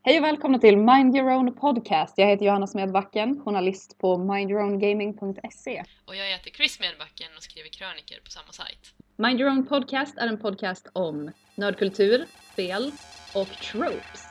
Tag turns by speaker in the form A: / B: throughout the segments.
A: Hej och välkomna till Mind Your Own Podcast. Jag heter Johanna Smedbacken, journalist på mindyourowngaming.se.
B: Och jag heter Chris Smedbacken och skriver kröniker på samma sajt.
A: Mind Your Own Podcast är en podcast om nördkultur, spel och tropes.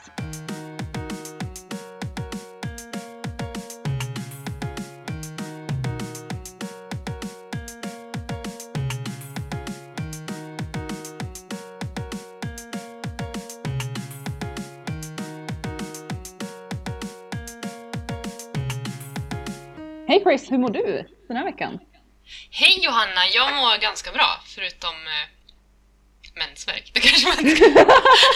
A: Hej Chris, hur mår du den här veckan?
B: Hej Johanna, jag mår ganska bra, förutom mensvärk. Det kanske man inte ska...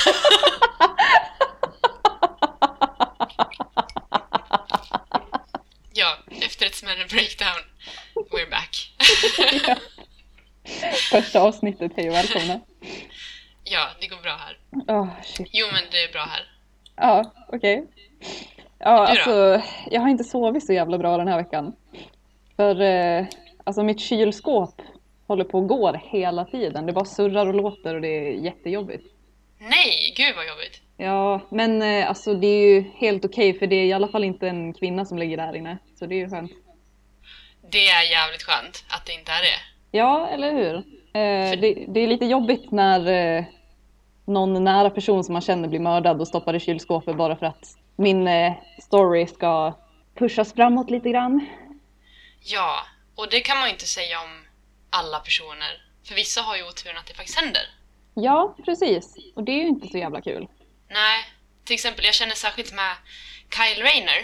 B: Ja, efter ett smärre breakdown, we're back.
A: Ja. Första avsnittet, hej och välkomna.
B: Ja, det går bra här.
A: Shit.
B: Jo, men det är bra här.
A: Ja, okej. Ja, alltså, jag har inte sovit så jävla bra den här veckan. För alltså mitt kylskåp håller på och går hela tiden. Det bara surrar och låter och det är jättejobbigt.
B: Nej, gud vad jobbigt.
A: Ja, men alltså det är ju helt okej, för det är i alla fall inte en kvinna som ligger där inne. Så det är ju skönt.
B: Det är jävligt skönt att det inte är det.
A: Ja, eller hur? Det är lite jobbigt när någon nära person som man känner blir mördad och stoppar i kylskåpet bara för att min story ska pushas framåt lite grann.
B: Ja, och det kan man ju inte säga om alla personer. För vissa har ju oturen att det faktiskt händer.
A: Ja, precis. Och det är ju inte så jävla kul.
B: Nej, till exempel jag känner särskilt med Kyle Rayner.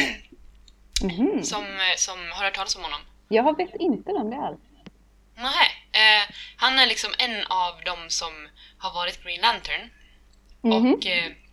B: Som har hört talas om honom.
A: Jag vet inte vem det är.
B: Nej, han är liksom en av dem som har varit Green Lantern. Och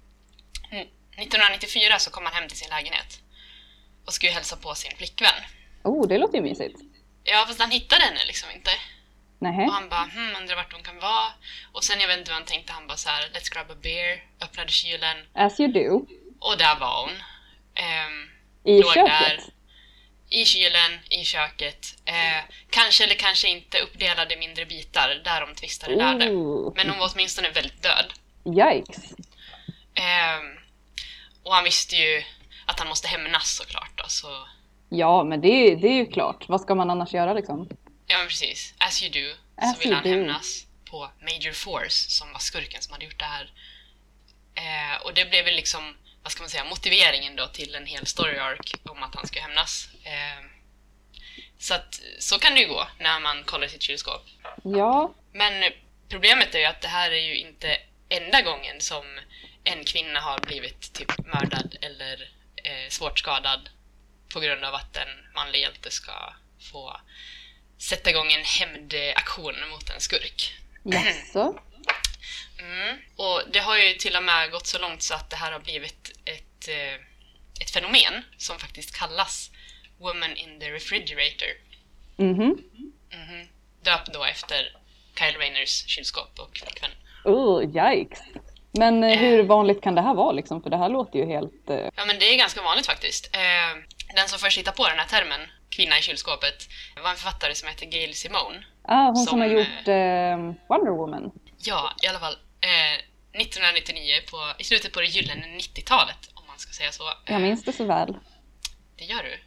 B: 1994 så kom han hem till sin lägenhet och skulle hälsa på sin flickvän.
A: Oh, det låter ju mysigt.
B: Ja, fast han hittade henne liksom inte.
A: Nähä.
B: Och han bara, undrar vart hon kan vara. Och sen, jag vet inte vad han tänkte, han bara så här: let's grab a beer. Öppnade kylen.
A: As you do.
B: Och där var hon.
A: I
B: låg
A: köket?
B: där, i kylen, i köket. Kanske eller kanske inte uppdelade i mindre bitar. Där de tvistade lärde. Men hon var åtminstone väldigt död.
A: Yikes.
B: Och han visste ju att han måste hämnas såklart då, så...
A: Ja, men det är ju klart. Vad ska man annars göra liksom?
B: Ja, men precis. As you do.
A: As
B: så vill
A: you
B: han
A: do.
B: hämnas på Major Force, som var skurken som hade gjort det här. Och det blev väl liksom, vad ska man säga, motiveringen då till en hel story arc om att han ska hämnas. Så att, så kan det ju gå när man kollar sitt kylskåp.
A: Ja.
B: Men problemet är ju att det här är ju inte enda gången som en kvinna har blivit typ mördad eller svårt skadad på grund av att en manlig hjälte ska få sätta igång en hämndaktion mot en skurk.
A: Jaså?
B: Och det har ju till och med gått så långt så att det här har blivit ett fenomen som faktiskt kallas Woman in the Refrigerator. Döpt då efter Kyle Rayners kylskåp och flickvän.
A: Yikes. Men hur vanligt kan det här vara liksom? För det här låter ju helt...
B: Ja, men det är ganska vanligt faktiskt. Den som först hittade på den här termen, kvinna i kylskåpet, var en författare som heter Gail Simone.
A: hon som har gjort Wonder Woman.
B: Ja, i alla fall 1999, i slutet på det gyllene 90-talet, om man ska säga så.
A: Jag minns det så väl.
B: Det gör du.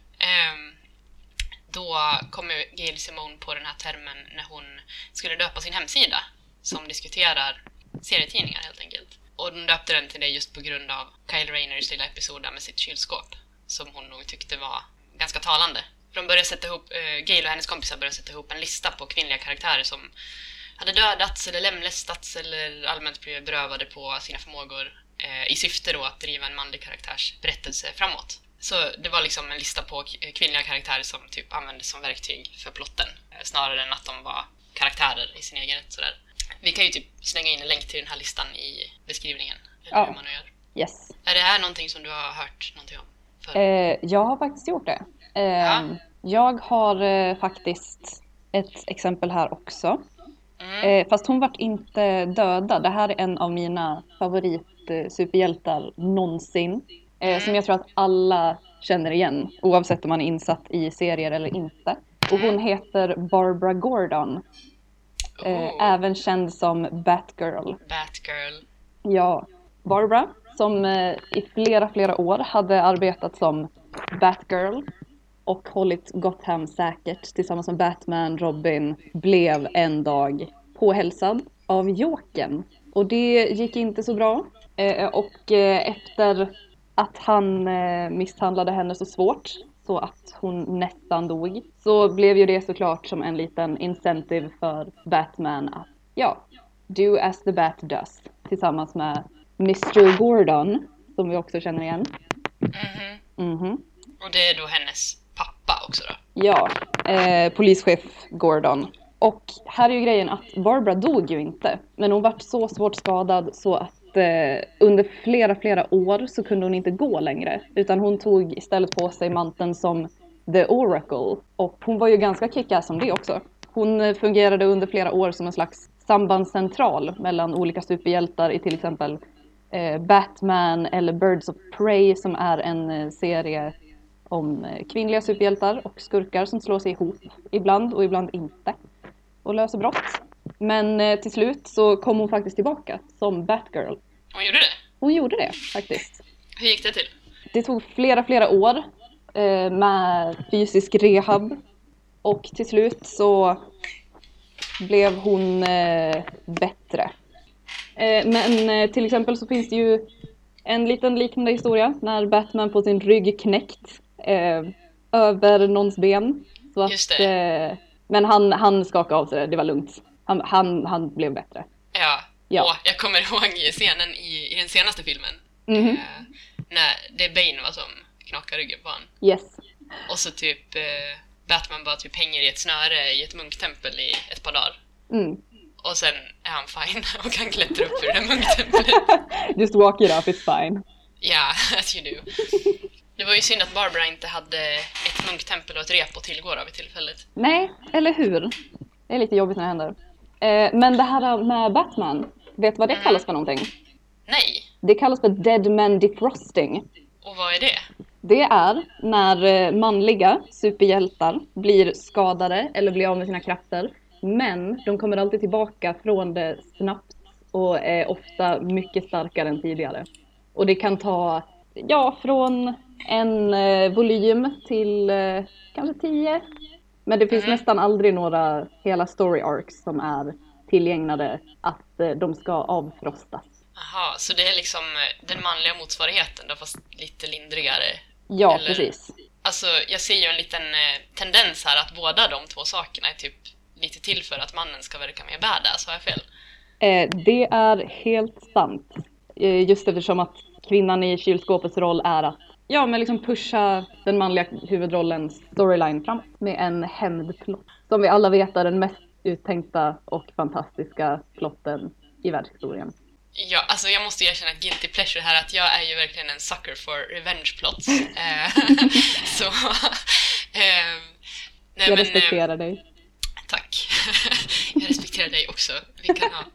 B: Då kom ju Gail Simone på den här termen när hon skulle döpa sin hemsida, som diskuterar serietidningar helt enkelt. Och de döpte den till det just på grund av Kyle Rayners lilla episod med sitt kylskåp, som hon nog tyckte var ganska talande. För de började sätta ihop, Gail och hennes kompisar började sätta ihop en lista på kvinnliga karaktärer som hade dödats eller lemlästats eller allmänt blivit berövade på sina förmågor i syfte då att driva en manlig karaktärs berättelse framåt. Så det var liksom en lista på kvinnliga karaktärer som typ användes som verktyg för plotten, snarare än att de var karaktärer i sin egen rätt sådär. Vi kan ju typ slänga in en länk till den här listan i beskrivningen, eller hur man nu gör.
A: Yes.
B: Är det här någonting som du har hört någonting om?
A: Jag har faktiskt gjort det. Jag har faktiskt ett exempel här också. Fast hon vart inte dödad. Det här är en av mina favorit-superhjältar någonsin. Som jag tror att alla känner igen, oavsett om man är insatt i serier eller inte. Och hon heter Barbara Gordon. Även känd som Batgirl.
B: Batgirl.
A: Ja, Barbara som i flera år hade arbetat som Batgirl och hållit Gotham säkert tillsammans med Batman, Robin, blev en dag påhälsad av Jokern. Och det gick inte så bra. Och efter att han misshandlade henne så svårt så att hon nästan dog, så blev ju det såklart som en liten incentive för Batman att do as the Bat does, tillsammans med Mr. Gordon, som vi också känner igen.
B: Och det är då hennes pappa också då?
A: Ja, polischef Gordon. Och här är ju grejen att Barbara dog ju inte, men hon var så svårt skadad så att under flera år så kunde hon inte gå längre, utan hon tog istället på sig manteln som The Oracle, och hon var ju ganska kickass som det också. Hon fungerade under flera år som en slags sambandscentral mellan olika superhjältar i till exempel Batman eller Birds of Prey, som är en serie om kvinnliga superhjältar och skurkar som slår sig ihop ibland och ibland inte och löser brott. Men till slut så kom hon faktiskt tillbaka som Batgirl.
B: Hon gjorde det?
A: Hon gjorde det faktiskt.
B: Hur gick det till?
A: Det tog flera år med fysisk rehab, och till slut så blev hon bättre. Men till exempel så finns det ju en liten liknande historia när Batman får sin rygg knäckt över någons ben. Så att,
B: just det.
A: Men han skakade av sig det var lugnt. Han blev bättre.
B: Ja. Och jag kommer ihåg scenen i den senaste filmen. När det är Bane som knakar ryggen på han.
A: Yes.
B: Och så typ Batman bara typ hänger i ett snöre i ett munktempel i ett par dagar. Och sen är han fine och kan klättra upp ur det munktemplet.
A: Just walk it up, it's fine.
B: Ja, as you do. Det var ju synd att Barbara inte hade ett munktempel och ett rep att tillgå av i tillfället.
A: Nej, eller hur? Det är lite jobbigt när det händer. Men det här med Batman, vet du vad det kallas för någonting?
B: Nej.
A: Det kallas för Dead Man Defrosting.
B: Och vad är det?
A: Det är när manliga superhjältar blir skadade eller blir av med sina krafter. Men de kommer alltid tillbaka från det snabbt och är ofta mycket starkare än tidigare. Och det kan ta från en volym till kanske 10. Men det finns nästan aldrig några hela story arcs som är tillägnade att de ska avfrostas.
B: Aha, så det är liksom den manliga motsvarigheten då, fast lite lindrigare?
A: Ja,
B: eller?
A: Precis.
B: Alltså, jag ser ju en liten tendens här att båda de två sakerna är typ lite till för att mannen ska verka mer badass. Har jag fel?
A: Det är helt sant. Just eftersom att kvinnan i kylskåpets roll är att liksom pusha den manliga huvudrollens storyline fram med en hämndplott. Som vi alla vet är den mest uttänkta och fantastiska plotten i världshistorien.
B: Ja, alltså jag måste erkänna ett guilty pleasure här, att jag är ju verkligen en sucker for revenge plots. Så
A: jag respekterar dig.
B: Tack. Jag respekterar dig också. Vi kan ha.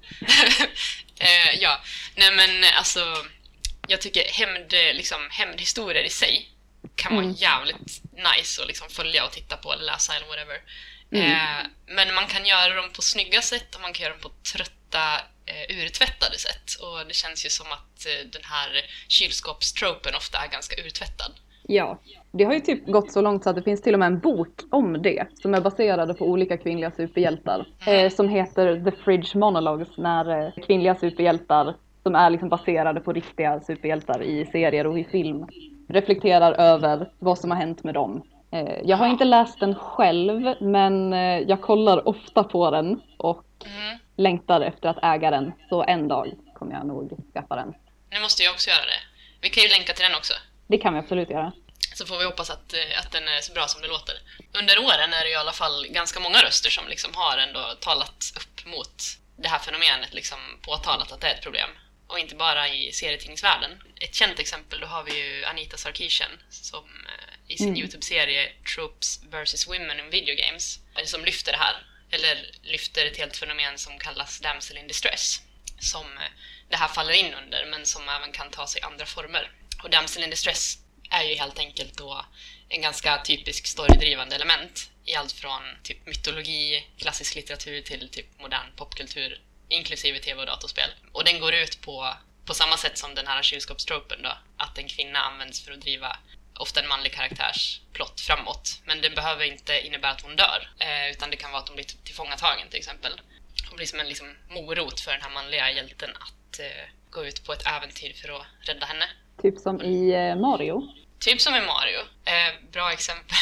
B: Alltså jag tycker hämndhistorier i sig kan vara jävligt nice att liksom följa och titta på eller läsa eller whatever. Men man kan göra dem på snygga sätt och man kan göra dem på trötta, urtvättade sätt. Och det känns ju som att den här kylskåpstropen ofta är ganska urtvättad.
A: Ja, det har ju typ gått så långt så att det finns till och med en bok om det som är baserade på olika kvinnliga superhjältar. Som heter The Fridge Monologues, när kvinnliga superhjältar som är liksom baserade på riktiga superhjältar i serier och i film reflekterar över vad som har hänt med dem. Jag har inte läst den själv, men jag kollar ofta på den och längtar efter att äga den. Så en dag kommer jag nog skaffa den.
B: Nu måste jag också göra det. Vi kan ju länka till den också.
A: Det kan vi absolut göra.
B: Så får vi hoppas att den är så bra som det låter. Under åren är det i alla fall ganska många röster som liksom har ändå talat upp mot det här fenomenet, liksom påtalat att det är ett problem. Och inte bara i serietidningsvärlden. Ett känt exempel, då har vi ju Anita Sarkeesian som i sin YouTube-serie Tropes vs. Women in Video Games som lyfter det här. Eller lyfter ett helt fenomen som kallas damsel in distress. Som det här faller in under, men som även kan ta sig andra former. Och damsel in distress är ju helt enkelt då en ganska typisk storydrivande element i allt från typ mytologi, klassisk litteratur till typ modern popkultur, inklusive tv och datorspel. Och den går ut på På samma sätt som den här kylskåpstropen då, att en kvinna används för att driva ofta en manlig karaktärs plott framåt. Men det behöver inte innebära att hon dör, utan det kan vara att hon blir tillfångatagen till exempel. Hon blir som en liksom morot för den här manliga hjälten att gå ut på ett äventyr för att rädda henne.
A: Typ som i Mario.
B: Typ som i Mario. Bra exempel.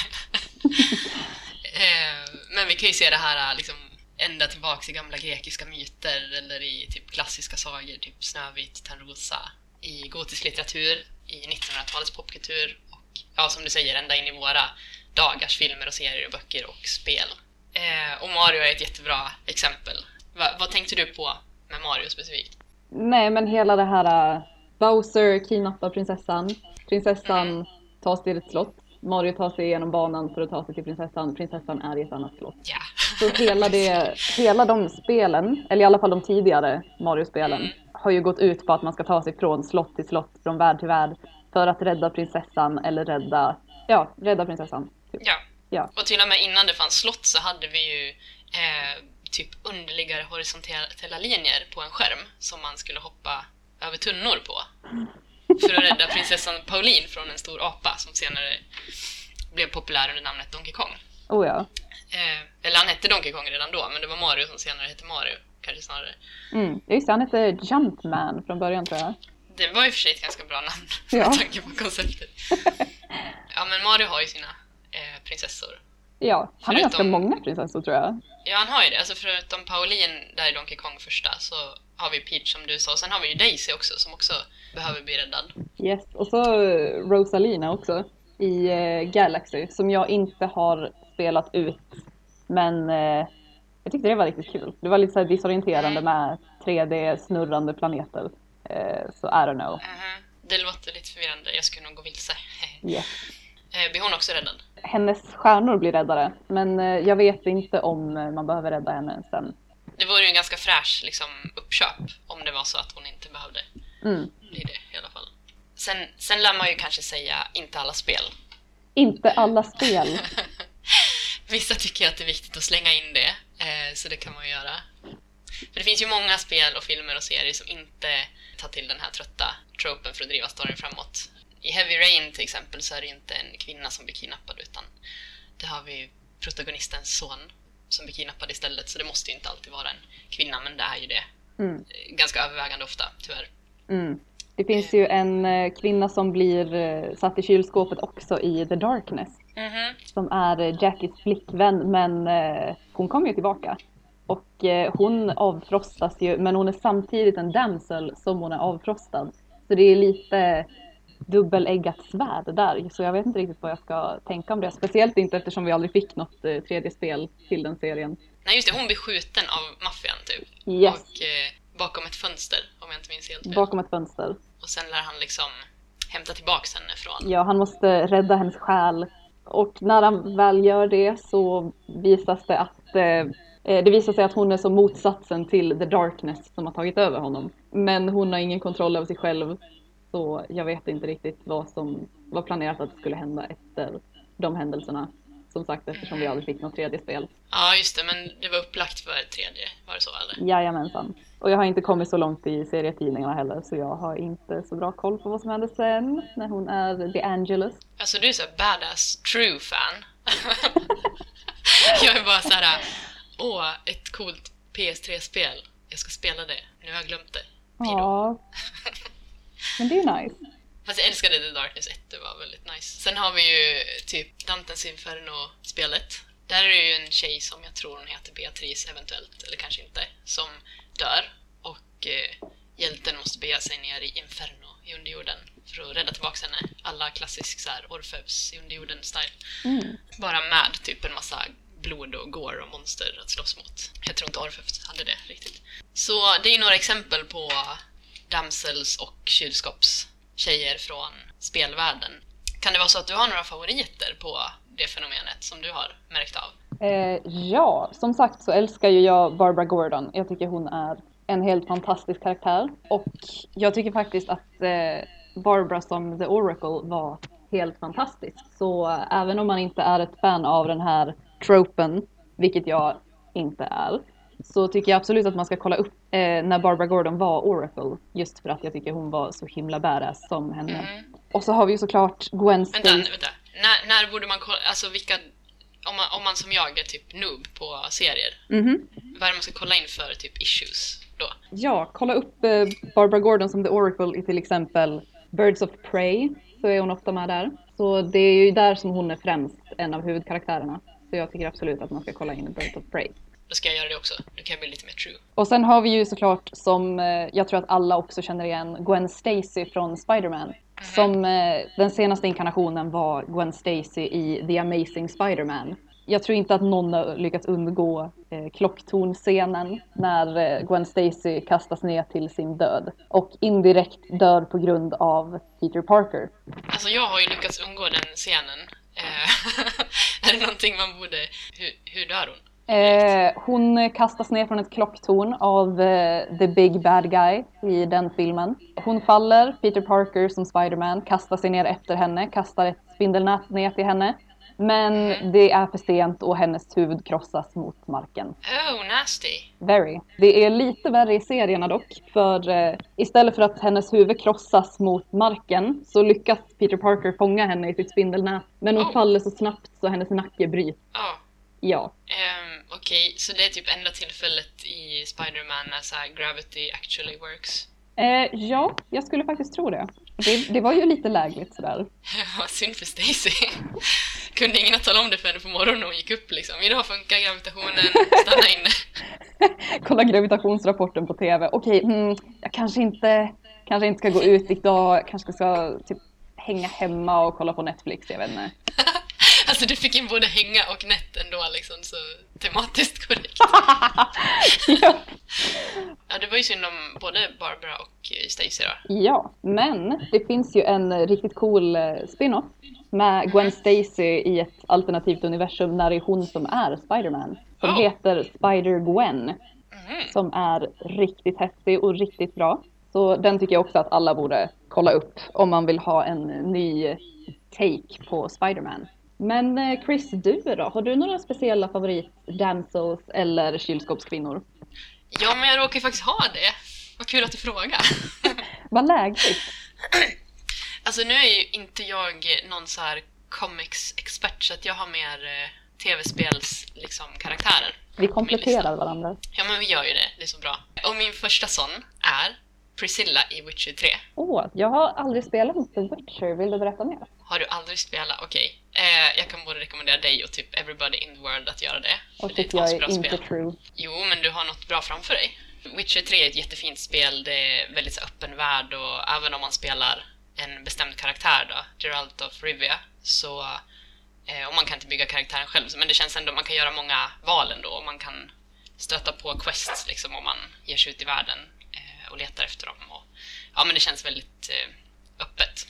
B: Men vi kan ju se det här liksom ända tillbaks i gamla grekiska myter eller i typ klassiska sagor, typ Snövit, Törnrosa, i gotisk litteratur, i 1900-talets popkultur och ja, som du säger, ända in i våra dagars filmer och serier och böcker och spel. Och Mario är ett jättebra exempel. Vad tänkte du på med Mario specifikt?
A: Nej, men hela det här Bowser kidnappar prinsessan. Prinsessan tas till ett slott. Mario tar sig igenom banan för att ta sig till prinsessan. Prinsessan är i ett annat slott.
B: Ja.
A: Så hela de spelen, eller i alla fall de tidigare Mario-spelen, har ju gått ut på att man ska ta sig från slott till slott, från värld till värld, för att rädda prinsessan eller rädda prinsessan. Typ. Ja.
B: Och till och med innan det fanns slott så hade vi ju typ underliggare horisontella linjer på en skärm som man skulle hoppa över tunnor på. För att rädda prinsessan Pauline från en stor apa som senare blev populär under namnet Donkey Kong.
A: Oh ja.
B: Eller han hette Donkey Kong redan då, men det var Mario som senare hette Mario, kanske snarare.
A: Just det, han hette Jumpman från början tror jag.
B: Det var ju för sig ett ganska bra namn med tanke på konceptet. Ja, men Mario har ju sina prinsessor.
A: Ja, han har ganska många prinsessor tror jag.
B: Ja, han har ju det. Alltså förutom Pauline där i Donkey Kong första så har vi Peach som du sa. Och sen har vi ju Daisy också som också behöver bli räddad.
A: Yes, och så Rosalina också i Galaxy som jag inte har spelat ut. Men jag tyckte det var riktigt kul. Det var lite så här disorienterande med 3D-snurrande planeter. Så I don't know.
B: Det låter lite förvirrande. Jag skulle nog gå vilse.
A: Yes.
B: Blir hon också räddad?
A: Hennes stjärnor blir räddade. Men jag vet inte om man behöver rädda henne sen.
B: Det vore ju en ganska fräsch liksom, uppköp om det var så att hon inte behövde bli det i alla fall. Sen lär man ju kanske säga inte alla spel.
A: Inte alla spel.
B: Vissa tycker att det är viktigt att slänga in det, så det kan man ju göra. För det finns ju många spel och filmer och serier som inte tar till den här trötta tropen för att driva storyn framåt. I Heavy Rain till exempel så är det inte en kvinna som blir kidnappad utan det har vi protagonistens son som blir kidnappad istället. Så det måste ju inte alltid vara en kvinna, men det är ju det. Ganska övervägande ofta, tyvärr.
A: Det finns ju en kvinna som blir satt i kylskåpet också i The Darkness. Som är Jackies flickvän, men hon kommer ju tillbaka. Och hon avfrostas ju, men hon är samtidigt en damsel som hon är avfrostad. Så det är lite dubbeleggat svärd där. Så jag vet inte riktigt vad jag ska tänka om det. Speciellt inte eftersom vi aldrig fick något tredje spel till den serien.
B: Nej just det, hon blir skjuten av maffian typ.
A: Yes.
B: Och bakom ett fönster, om jag inte minns helt fel.
A: Bakom ett fönster.
B: Och sen lär han liksom hämta tillbaks henne från.
A: Ja, han måste rädda hennes själ. Och när han väl gör det så visas det att det visar sig att hon är som motsatsen till The Darkness som har tagit över honom. Men hon har ingen kontroll över sig själv. Så jag vet inte riktigt vad som var planerat att det skulle hända efter de händelserna. Som sagt, eftersom vi aldrig fick något tredje spel.
B: Ja, just det. Men det var upplagt för ett tredje. Var det så, eller?
A: Jajamensan. Och jag har inte kommit så långt i serietidningarna heller. Så jag har inte så bra koll på vad som hände sen. När hon är The Angelus.
B: Alltså, du är så badass true fan. Jag är bara så här... ett coolt PS3-spel. Jag ska spela det. Nu har jag glömt det.
A: Ja. Men det är ju nice.
B: Fast jag älskade The Darkness 1, det var väldigt nice. Sen har vi ju typ Dantes Inferno-spelet. Där är det ju en tjej som jag tror hon heter Beatrice eventuellt, eller kanske inte, som dör. Och hjälten måste bege sig ner i Inferno, i underjorden, för att rädda tillbaka henne. Alla klassisk så här Orfeus i underjorden-style. Bara med typ en massa blod och gore och monster att slåss mot. Jag tror inte Orfeus hade det riktigt. Så det är några exempel på damsels och kylskåpstjejer från spelvärlden. Kan det vara så att du har några favoriter på det fenomenet som du har märkt av?
A: Ja, som sagt så älskar ju jag Barbara Gordon. Jag tycker hon är en helt fantastisk karaktär. Och jag tycker faktiskt att Barbara som The Oracle var helt fantastisk. Så även om man inte är ett fan av den här tropen, vilket jag inte är, så tycker jag absolut att man ska kolla upp när Barbara Gordon var Oracle. Just för att jag tycker hon var så himla badass som henne. Och så har vi ju såklart Gwen Stacy.
B: Vänta. När borde man kolla, alltså vilka, om man som jag är typ noob på serier, vad är det man ska kolla in för typ issues då?
A: Ja, kolla upp Barbara Gordon som The Oracle i till exempel Birds of Prey, så är hon ofta med där. Så det är ju där som hon är främst en av huvudkaraktärerna. Så jag tycker absolut att man ska kolla in Birds of Prey.
B: Då ska jag göra det också, då kan jag bli lite mer true.
A: Och sen har vi ju såklart, som jag tror att alla också känner igen, Gwen Stacy från Spider-Man. Som den senaste inkarnationen var Gwen Stacy i The Amazing Spider-Man. Jag tror inte att någon har lyckats undgå klocktornscenen när Gwen Stacy kastas ner till sin död. Och indirekt dör på grund av Peter Parker.
B: Alltså jag har ju lyckats undgå den scenen. Är det någonting man borde... Hur dör hon?
A: Hon kastas ner från ett klocktorn av The Big Bad Guy i den filmen. Hon faller, Peter Parker som Spider-Man kastar sig ner efter henne, kastar ett spindelnät ner till henne. Men det är för sent och hennes huvud krossas mot marken.
B: Oh, nasty.
A: Very. Det är lite värre i serierna dock. För istället för att hennes huvud krossas mot marken så lyckas Peter Parker fånga henne i sitt spindelnät. Men hon faller så snabbt så hennes nacke bryts. Ja.
B: Okej, så det är typ enda tillfället i Spider-Man när så här gravity actually works?
A: Ja, jag skulle faktiskt tro det. Det var ju lite lägligt sådär.
B: Ja, synd för Stacy. Kunde ingen tala om det för henne på morgonen när hon gick upp liksom. Idag funkar gravitationen, stanna inne.
A: Kolla gravitationsrapporten på TV. Okej, jag kanske inte ska gå ut idag. Kanske ska typ hänga hemma och kolla på Netflix, jag vet inte.
B: Alltså du fick in både hänga och nät ändå liksom, så tematiskt korrekt. Ja, det var ju synd om både Barbara och Stacy då.
A: Ja, men det finns ju en riktigt cool spin-off med Gwen Stacy i ett alternativt universum när det är hon som är Spider-Man. Som heter Spider-Gwen. Som är riktigt häftig och riktigt bra. Så den tycker jag också att alla borde kolla upp om man vill ha en ny take på Spider-Man. Men Chris, du då? Har du några speciella favorit-damsels eller kylskåpskvinnor?
B: Ja, men jag råkar ju faktiskt ha det. Vad kul att du frågar.
A: Vad lägligt.
B: Alltså nu är ju inte jag någon så här comics-expert, så att jag har mer tv-spels liksom karaktärer.
A: Vi kompletterar varandra.
B: Ja, men vi gör ju det. Det är så bra. Och min första sån är Priscilla i Witcher 3.
A: Jag har aldrig spelat mot The Witcher. Vill du berätta mer?
B: Har du aldrig spelat? Okej. Jag kan både rekommendera dig och typ everybody in the world att göra det.
A: Och tycker jag är inte true.
B: Jo, men du har något bra framför dig. Witcher 3 är ett jättefint spel. Det är väldigt så öppen värld, och även om man spelar en bestämd karaktär då, Geralt of Rivia, så och man kan inte bygga karaktären själv, men det känns ändå, man kan göra många val ändå, och man kan stöta på quests liksom om man ger sig ut i världen och letar efter dem, och ja, men det känns väldigt öppet.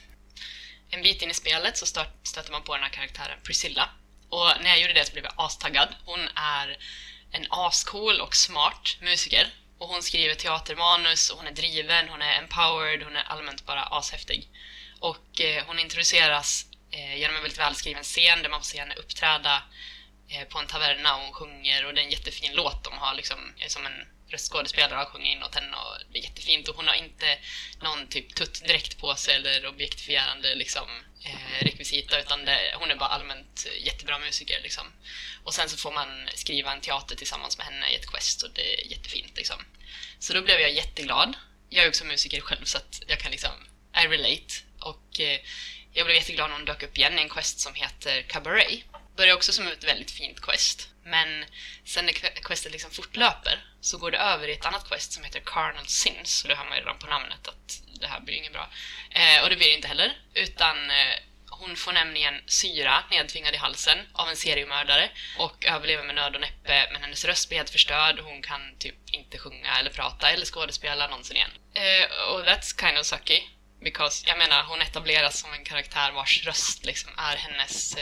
B: En bit in i spelet så stöter man på den här karaktären Priscilla, och när jag gjorde det så blev jag astaggad. Hon är en ascool och smart musiker, och hon skriver teatermanus, och hon är driven, hon är empowered, hon är allmänt bara ashäftig. Och hon introduceras genom en väldigt välskriven scen där man får se henne uppträda på en taverna, och hon sjunger, och det är en jättefin låt. De har liksom, som en röstskådespelare har sjungit in åt henne, och det är jättefint, och hon har inte någon typ tuttdräkt på sig eller objektifierande liksom rekvisita, utan hon är bara allmänt jättebra musiker liksom. Och sen så får man skriva en teater tillsammans med henne i ett quest, och det är jättefint liksom. Så då blev jag jätteglad. Jag är också musiker själv, så att jag kan liksom I relate, och jag blev jätteglad när hon dök upp igen i en quest som heter Cabaret. Börjar också som ett väldigt fint quest, men sen när questet liksom fortlöper så går det över i ett annat quest som heter Carnal Sins, så det har man ju redan på namnet att det här blir inget bra. Och det blir det inte heller, utan hon får nämligen syra nedtvingad i halsen av en seriemördare och överlever med nöd och näppe, men hennes röst blir helt förstörd, och hon kan typ inte sjunga eller prata eller skådespela någonsin igen. Och that's kind of sucky, because jag menar, hon etableras som en karaktär vars röst liksom är hennes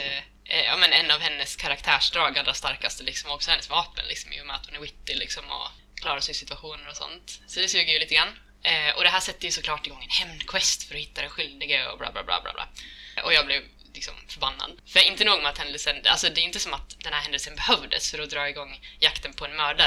B: en av hennes karaktärsdrag, allra starkaste liksom, och också hennes vapen liksom, i och med att hon är witty liksom, och klarar sig i situationer och sånt. Så det suger ju lite grann. Och det här sätter ju såklart igång en hämndquest för att hitta den skyldige och bla bla bla bla bla. Och jag blev liksom förbannad. För inte nog med att händelsen, alltså det är inte som att den här händelsen behövdes för att dra igång jakten på en mördare.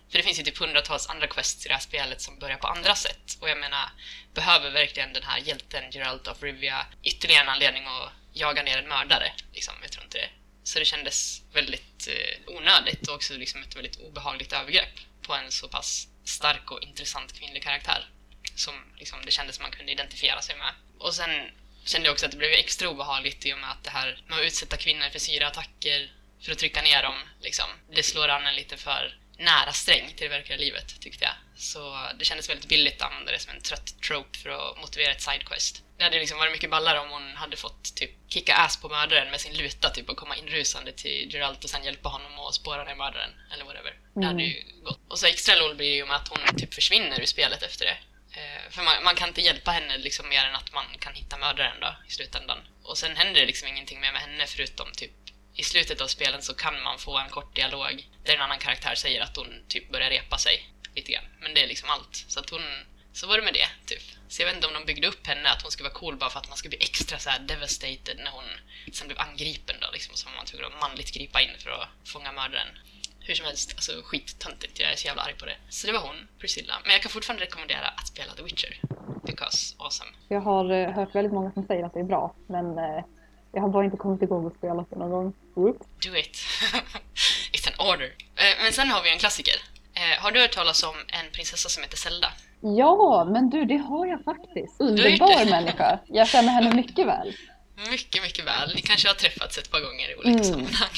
B: För det finns ju typ hundratals andra quests i det här spelet som börjar på andra sätt. Och jag menar, behöver verkligen den här hjälten Geralt of Rivia ytterligare en anledning att jaga ner en mördare? Liksom, jag tror inte det. Så det kändes väldigt onödigt och också liksom ett väldigt obehagligt övergrepp på en så pass stark och intressant kvinnlig karaktär som liksom, det kändes som man kunde identifiera sig med. Och sen kände jag också att det blev extra obehagligt i och med att det här med att utsätta kvinnor för syraattacker för att trycka ner dem, liksom, det slår an en lite för nära sträng till det verkliga livet, tyckte jag. Så det kändes väldigt billigt att använda det som en trött trope för att motivera ett sidequest. Det hade liksom varit mycket ballare om hon hade fått typ kicka ass på mördaren med sin luta typ och komma inrusande till Geralt och sen hjälpa honom att spåra ner mördaren eller whatever. Det hade ju gått. Och så extra lol blir det ju med att hon typ försvinner ur spelet efter det. För man kan inte hjälpa henne liksom mer än att man kan hitta mördaren då i slutändan. Och sen händer det liksom ingenting mer med henne förutom typ i slutet av spelen så kan man få en kort dialog där en annan karaktär säger att hon typ börjar repa sig lite grann. Men det är liksom allt. Så att så var det med det typ. Så jag vet inte om de byggde upp henne att hon skulle vara cool bara för att man skulle bli extra så här devastated när hon sen blev angripen då liksom. Så man tvungen att manligt gripa in för att fånga mördaren. Hur som helst, alltså skittöntigt, jag är så jävla arg på det. Så det var hon, Priscilla. Men jag kan fortfarande rekommendera att spela The Witcher. Because awesome.
A: Jag har hört väldigt många som säger att det är bra, men jag har bara inte kommit igång och spelat det någon gång.
B: Do it. It's an order. Men sen har vi en klassiker. Har du hört talas om en prinsessa som heter Zelda?
A: Ja, men du, det har jag faktiskt. Underbar människa. Jag känner henne mycket väl.
B: Mycket, mycket väl. Ni kanske har träffats ett par gånger i olika sammanhang.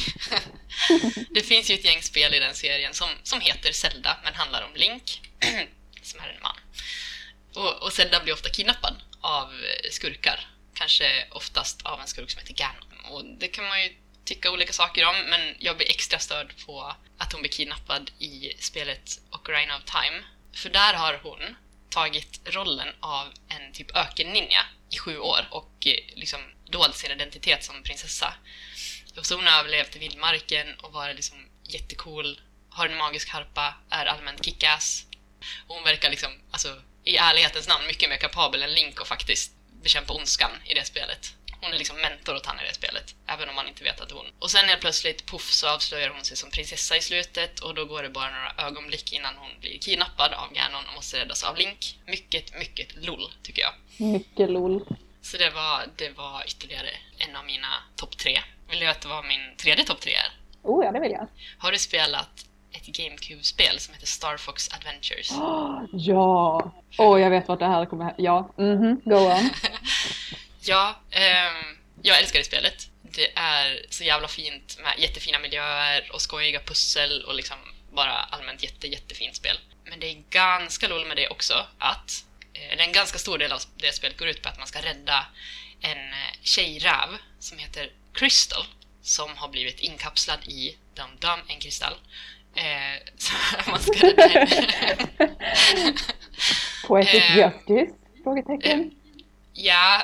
B: Det finns ju ett gäng spel i den serien som heter Zelda, men handlar om Link, som är en man. Och Zelda blir ofta kidnappad av skurkar. Kanske oftast av en skurk som heter Ganon. Och det kan man ju tycka olika saker om, men jag blir extra störd på att hon blir kidnappad i spelet Ocarina of Time. För där har hon tagit rollen av en typ öken-ninja i 7 år och liksom dolt sin identitet som prinsessa. Och så hon har överlevt i vildmarken och var liksom jättecool, har en magisk harpa, är allmänt kickass. Och hon verkar liksom, alltså i ärlighetens namn, mycket mer kapabel än Link och faktiskt bekämpa ondskan i det spelet. Hon är liksom mentor åt han i det spelet, även om man inte vet att det är hon. Och sen helt plötsligt, puff, så avslöjar hon sig som prinsessa i slutet och då går det bara några ögonblick innan hon blir kidnappad av Ganon och måste räddas av Link. Mycket, mycket lol, tycker jag.
A: Mycket lol.
B: Så det var ytterligare en av mina topp 3. Vill du att det var min tredje topp 3 är?
A: Oh ja, det vill jag.
B: Har du spelat ett GameCube-spel som heter Star Fox Adventures?
A: Ja! Jag vet vart det här kommer. Ja, go on.
B: Ja, jag älskar det spelet. Det är så jävla fint med jättefina miljöer och skojiga pussel och liksom bara allmänt jättefint spel. Men det är ganska lol med det också att en ganska stor del av det spelet går ut på att man ska rädda en tjejräv som heter Crystal som har blivit inkapslad i en kristall. Så man ska rädda henne.
A: Poetic justice? Frågetecken.
B: Ja.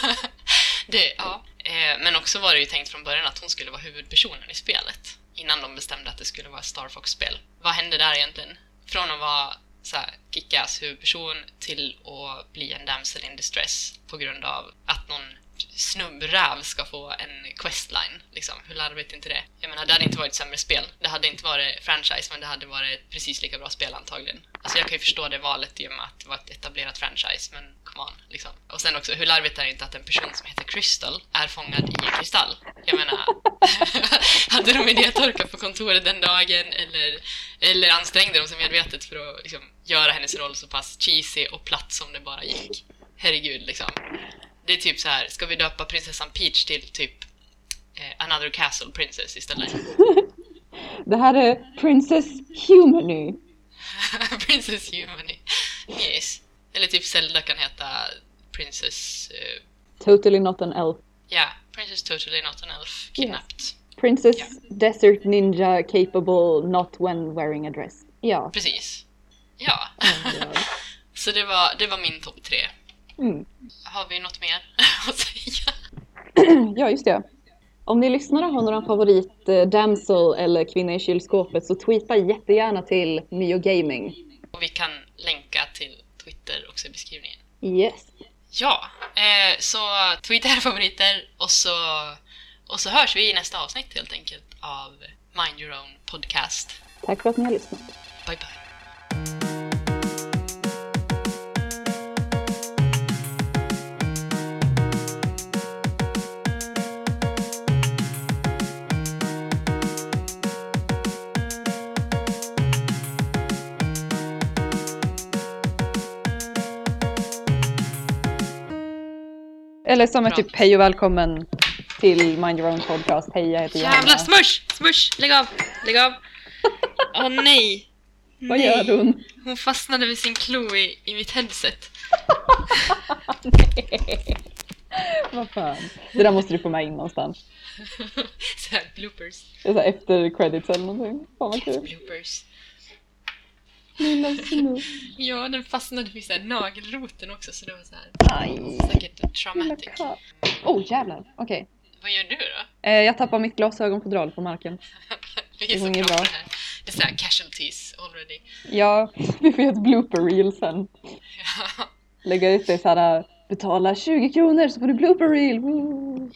B: Men också var det ju tänkt från början att hon skulle vara huvudpersonen i spelet innan de bestämde att det skulle vara Star Fox-spel. Vad hände där egentligen? Från att vara så här kickass huvudperson till att bli en damsel in distress på grund av att någon snubbräv ska få en questline liksom. Hur larvigt inte det? Jag menar, det hade inte varit sämre spel. Det hade inte varit franchise, men det hade varit precis lika bra spel antagligen. Alltså jag kan ju förstå det valet i och med att det var ett etablerat franchise, men come on liksom. Och sen också, hur larvigt är det inte att en person som heter Crystal är fångad i en kristall? Jag menar, hade de idétorka på kontoret den dagen eller ansträngde de sig medvetet för att liksom göra hennes roll så pass cheesy och platt som det bara gick? Herregud liksom. Det är typ så här, ska vi döpa prinsessan Peach till typ Another Castle Princess istället?
A: Det här är Princess Humany.
B: Princess Humany. Yes. Eller typ Zelda kan heta Princess...
A: Totally not an elf.
B: Ja, Princess Totally not an elf. Kidnapped.
A: Yes. Princess Desert Ninja capable not when wearing a dress. Ja.
B: Precis. Ja. Så det var min topp 3. Har vi något mer att säga?
A: Ja, just det. Om ni lyssnar och har någon favorit damsel eller kvinna i kylskåpet så tweeta jättegärna till Mio Gaming.
B: Och vi kan länka till Twitter också i beskrivningen.
A: Yes.
B: Ja, så tweeta era favoriter och så hörs vi i nästa avsnitt helt enkelt av Mind Your Own Podcast.
A: Tack för att ni har lyssnat.
B: Bye bye.
A: Eller som är typ hej och välkommen till Mind Your Own Podcast. Hej, jag heter Johanna.
B: Jävla smush! Lägg av! Åh nej!
A: Vad gör hon?
B: Hon fastnade med sin klo i mitt headset.
A: Nej. Vad fan. Det där måste du få med in någonstans.
B: Så här, bloopers.
A: Så här, efter credits eller någonting. Fan vad kul.
B: Bloopers.
A: Lilla snus.
B: Ja, den fastnade vid så här nagelroten också, så det var så här.
A: Aj.
B: Säkert traumatic.
A: Jävlar. Okej.
B: Vad gör du då?
A: Jag tappar mitt glasögonfodral på marken.
B: Vi är så
A: inget
B: bra
A: bra.
B: på det här. Det är så här casualties already.
A: Ja, vi får göra ett blooper reel sen.
B: Ja.
A: Lägga ut det så här, betala 20 kronor så får du blooper reel. Woo.